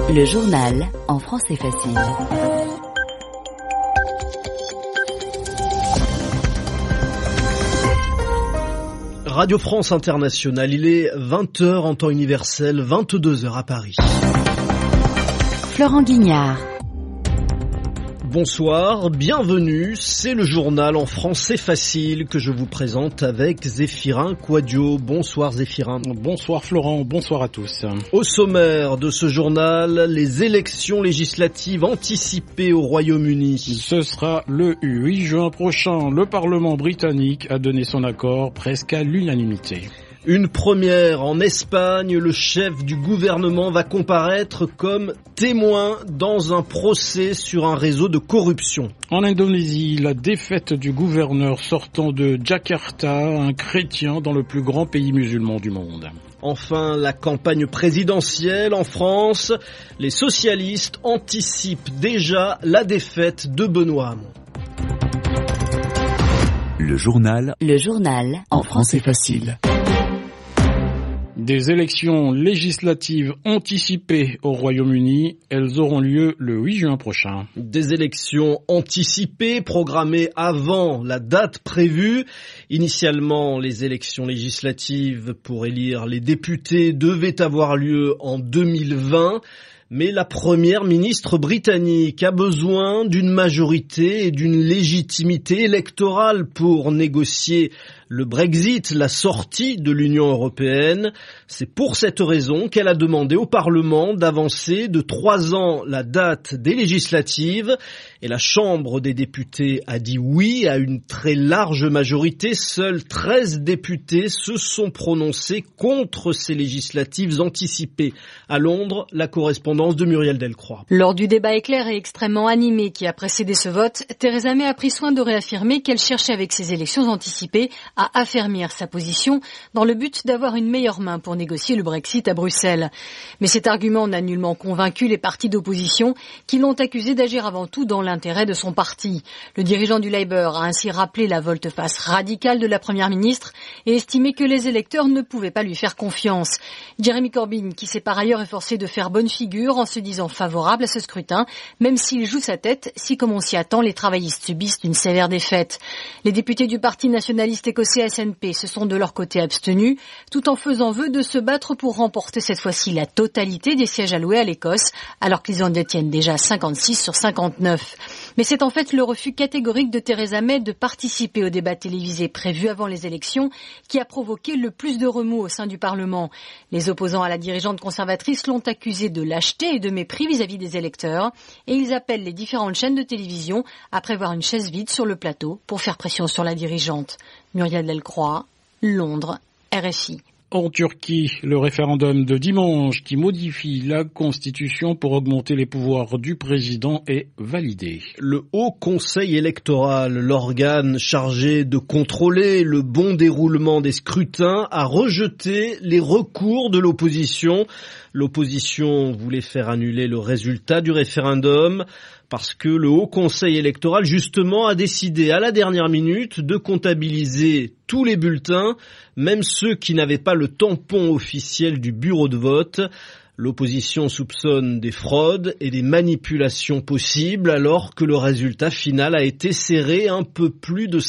Le journal en français facile. Radio France Internationale, il est 20h en temps universel, 22h à Paris. Florent Guignard. Bonsoir, bienvenue, c'est le journal en français facile que je vous présente avec Zéphirin Quadio. Bonsoir Zéphirin. Bonsoir Florent, bonsoir à tous. Au sommaire de ce journal, les élections législatives anticipées au Royaume-Uni. Ce sera le 8 juin prochain. Le Parlement britannique a donné son accord presque à l'unanimité. Une première en Espagne, le chef du gouvernement va comparaître comme témoin dans un procès sur un réseau de corruption. En Indonésie, la défaite du gouverneur sortant de Jakarta, un chrétien dans le plus grand pays musulman du monde. Enfin, la campagne présidentielle en France, les socialistes anticipent déjà la défaite de Benoît Hamon. Le journal en français facile. Des élections législatives anticipées au Royaume-Uni, elles auront lieu le 8 juin prochain. Des élections anticipées, programmées avant la date prévue. Initialement, les élections législatives pour élire les députés devaient avoir lieu en 2020. Mais la première ministre britannique a besoin d'une majorité et d'une légitimité électorale pour négocier le Brexit, la sortie de l'Union européenne. C'est pour cette raison qu'elle a demandé au Parlement d'avancer de 3 ans la date des législatives. Et la Chambre des députés a dit oui à une très large majorité. Seuls 13 députés se sont prononcés contre ces législatives anticipées. À Londres, la correspondance de Muriel Delcroix. Lors du débat éclair et extrêmement animé qui a précédé ce vote, Theresa May a pris soin de réaffirmer qu'elle cherchait avec ces élections anticipées à affermir sa position dans le but d'avoir une meilleure main pour négocier le Brexit à Bruxelles. Mais cet argument n'a nullement convaincu les partis d'opposition qui l'ont accusé d'agir avant tout dans l'intérêt de son parti. Le dirigeant du Labour a ainsi rappelé la volte-face radicale de la première ministre et estimé que les électeurs ne pouvaient pas lui faire confiance. Jeremy Corbyn, qui s'est par ailleurs efforcé de faire bonne figure en se disant favorable à ce scrutin, même s'il joue sa tête si, comme on s'y attend, les travaillistes subissent une sévère défaite. Les députés du parti nationaliste écossais SNP se sont de leur côté abstenus, tout en faisant vœu de se battre pour remporter cette fois-ci la totalité des sièges alloués à l'Écosse, alors qu'ils en détiennent déjà 56 sur 59. Mais c'est en fait le refus catégorique de Theresa May de participer au débat télévisé prévu avant les élections qui a provoqué le plus de remous au sein du Parlement. Les opposants à la dirigeante conservatrice l'ont accusée de lâcheté et de mépris vis-à-vis des électeurs, et ils appellent les différentes chaînes de télévision à prévoir une chaise vide sur le plateau pour faire pression sur la dirigeante. Muriel Delcroix, Londres, RFI. En Turquie, le référendum de dimanche qui modifie la Constitution pour augmenter les pouvoirs du président est validé. Le Haut Conseil électoral, l'organe chargé de contrôler le bon déroulement des scrutins, a rejeté les recours de l'opposition. L'opposition voulait faire annuler le résultat du référendum parce que le Haut Conseil électoral, justement, a décidé à la dernière minute de comptabiliser tous les bulletins, même ceux qui n'avaient pas le tampon officiel du bureau de vote. L'opposition soupçonne des fraudes et des manipulations possibles alors que le résultat final a été serré, un peu plus de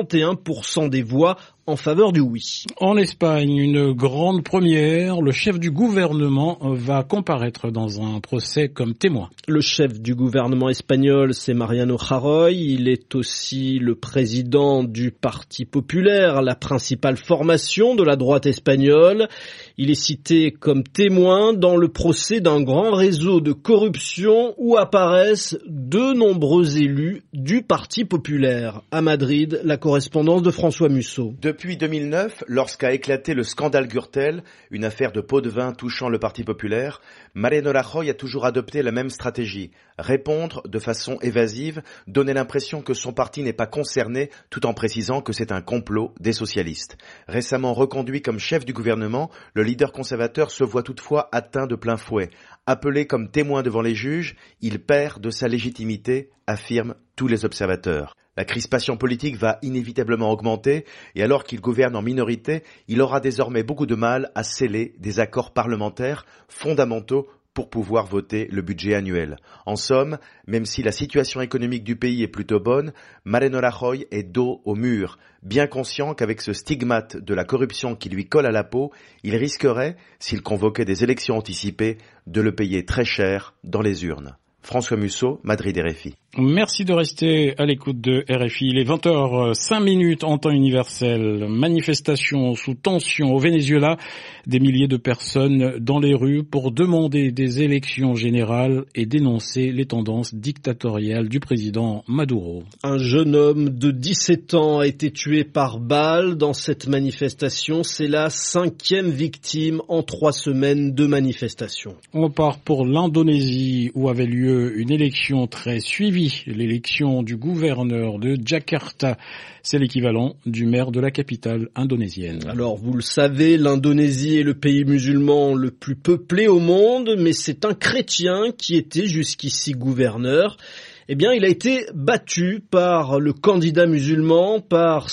51% des voix en faveur du oui. En Espagne, une grande première, le chef du gouvernement va comparaître dans un procès comme témoin. Le chef du gouvernement espagnol, c'est Mariano Rajoy. Il est aussi le président du Parti populaire, la principale formation de la droite espagnole. Il est cité comme témoin dans le procès d'un grand réseau de corruption où apparaissent de nombreux élus du Parti populaire. À Madrid, la correspondance de François Musso. Depuis 2009, lorsqu'a éclaté le scandale Gürtel, une affaire de pot de vin touchant le Parti populaire, Mariano Rajoy a toujours adopté la même stratégie, répondre de façon évasive, donner l'impression que son parti n'est pas concerné, tout en précisant que c'est un complot des socialistes. Récemment reconduit comme chef du gouvernement, le leader conservateur se voit toutefois atteint de plein fouet. Appelé comme témoin devant les juges, il perd de sa légitimité, affirment tous les observateurs. La crispation politique va inévitablement augmenter et alors qu'il gouverne en minorité, il aura désormais beaucoup de mal à sceller des accords parlementaires fondamentaux pour pouvoir voter le budget annuel. En somme, même si la situation économique du pays est plutôt bonne, Mariano Rajoy est dos au mur, bien conscient qu'avec ce stigmate de la corruption qui lui colle à la peau, il risquerait, s'il convoquait des élections anticipées, de le payer très cher dans les urnes. François Musso, Madrid RFI. Merci de rester à l'écoute de RFI. Il est 20h05 en temps universel. Manifestation sous tension au Venezuela. Des milliers de personnes dans les rues pour demander des élections générales et dénoncer les tendances dictatoriales du président Maduro. Un jeune homme de 17 ans a été tué par balle dans cette manifestation. C'est la 5e victime en 3 semaines de manifestation. On part pour l'Indonésie où avait lieu une élection très suivie, l'élection du gouverneur de Jakarta. C'est l'équivalent du maire de la capitale indonésienne. Alors, vous le savez, l'Indonésie est le pays musulman le plus peuplé au monde, mais c'est un chrétien qui était jusqu'ici gouverneur. Eh bien, il a été battu par le candidat musulman par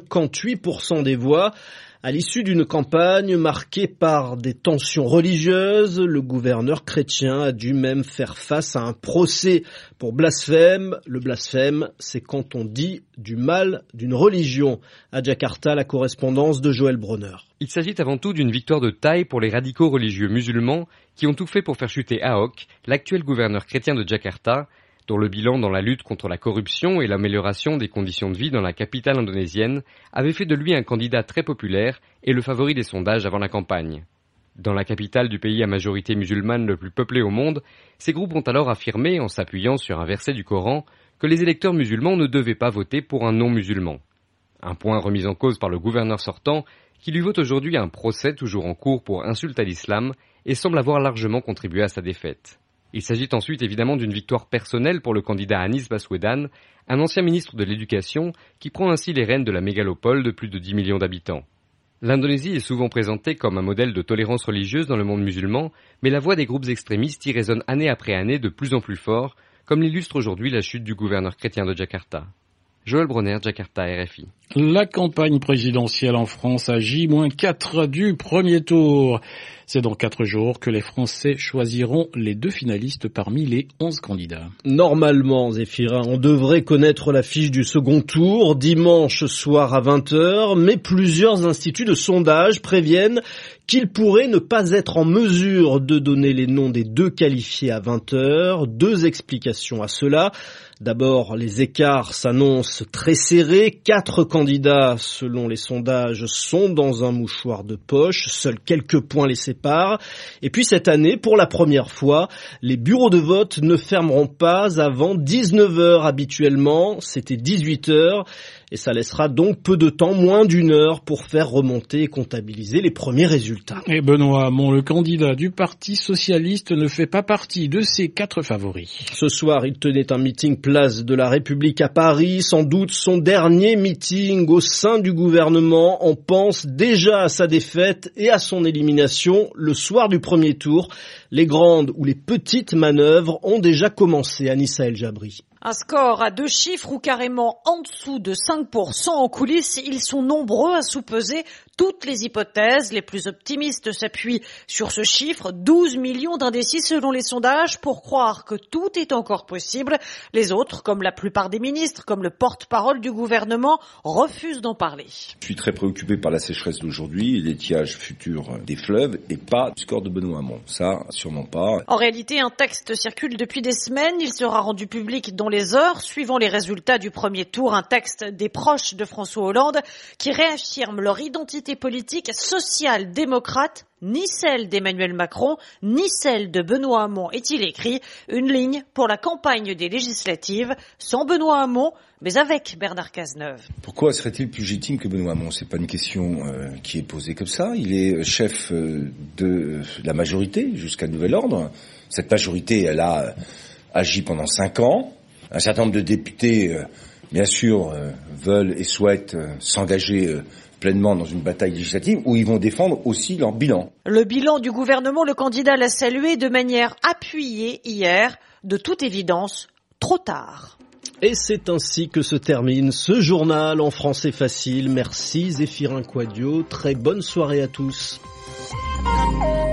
58% des voix. À l'issue d'une campagne marquée par des tensions religieuses, le gouverneur chrétien a dû même faire face à un procès pour blasphème. Le blasphème, c'est quand on dit du mal d'une religion. À Jakarta, la correspondance de Joël Bronner. Il s'agit avant tout d'une victoire de taille pour les radicaux religieux musulmans qui ont tout fait pour faire chuter Ahok, l'actuel gouverneur chrétien de Jakarta, dont le bilan dans la lutte contre la corruption et l'amélioration des conditions de vie dans la capitale indonésienne avait fait de lui un candidat très populaire et le favori des sondages avant la campagne. Dans la capitale du pays à majorité musulmane le plus peuplé au monde, ces groupes ont alors affirmé, en s'appuyant sur un verset du Coran, que les électeurs musulmans ne devaient pas voter pour un non-musulman. Un point remis en cause par le gouverneur sortant, qui lui vaut aujourd'hui un procès toujours en cours pour insulte à l'islam et semble avoir largement contribué à sa défaite. Il s'agit ensuite évidemment d'une victoire personnelle pour le candidat Anies Baswedan, un ancien ministre de l'Éducation qui prend ainsi les rênes de la mégalopole de plus de 10 millions d'habitants. L'Indonésie est souvent présentée comme un modèle de tolérance religieuse dans le monde musulman, mais la voix des groupes extrémistes y résonne année après année de plus en plus fort, comme l'illustre aujourd'hui la chute du gouverneur chrétien de Jakarta. Joël Bronner, Jakarta, RFI. La campagne présidentielle en France à J-4 du premier tour. C'est dans 4 jours que les Français choisiront les 2 finalistes parmi les 11 candidats. Normalement, Zéphirin, on devrait connaître l'affiche du second tour dimanche soir à 20h, mais plusieurs instituts de sondage préviennent qu'il pourrait ne pas être en mesure de donner les noms des 2 qualifiés à 20h. 2 explications à cela. D'abord, les écarts s'annoncent très serrés. 4 candidats, selon les sondages, sont dans un mouchoir de poche. Seuls quelques points les séparent. Et puis cette année, pour la première fois, les bureaux de vote ne fermeront pas avant 19h habituellement. C'était 18h. Et ça laissera donc peu de temps, moins d'1 heure, pour faire remonter et comptabiliser les premiers résultats. Et Benoît Hamon, le candidat du Parti socialiste, ne fait pas partie de ces 4 favoris. Ce soir, il tenait un meeting place de la République à Paris, sans doute son dernier meeting au sein du gouvernement. On pense déjà à sa défaite et à son élimination le soir du premier tour. Les grandes ou les petites manœuvres ont déjà commencé. Anissa El Jabri. Un score à 2 chiffres ou carrément en dessous de 5% en coulisses. Ils sont nombreux à sous-peser toutes les hypothèses. Les plus optimistes s'appuient sur ce chiffre. 12 millions d'indécis selon les sondages pour croire que tout est encore possible. Les autres, comme la plupart des ministres, comme le porte-parole du gouvernement, refusent d'en parler. Je suis très préoccupé par la sécheresse d'aujourd'hui et l'étiage futur des fleuves et pas du score de Benoît Hamon. Ça, sûrement pas. En réalité, un texte circule depuis des semaines. Il sera rendu public dans les heures suivant les résultats du premier tour. Un texte des proches de François Hollande qui réaffirme leur identité politique social-démocrate, ni celle d'Emmanuel Macron, ni celle de Benoît Hamon, est-il écrit. Une ligne pour la campagne des législatives, sans Benoît Hamon, mais avec Bernard Cazeneuve. Pourquoi serait-il plus légitime que Benoît Hamon ? C'est pas une question qui est posée comme ça. Il est chef de la majorité jusqu'à nouvel ordre. Cette majorité, elle a agi pendant 5 ans. Un certain nombre de députés, bien sûr, veulent et souhaitent s'engager pleinement dans une bataille législative où ils vont défendre aussi leur bilan. Le bilan du gouvernement, le candidat l'a salué de manière appuyée hier. De toute évidence, trop tard. Et c'est ainsi que se termine ce journal en français facile. Merci Zéphirin Quadio. Très bonne soirée à tous.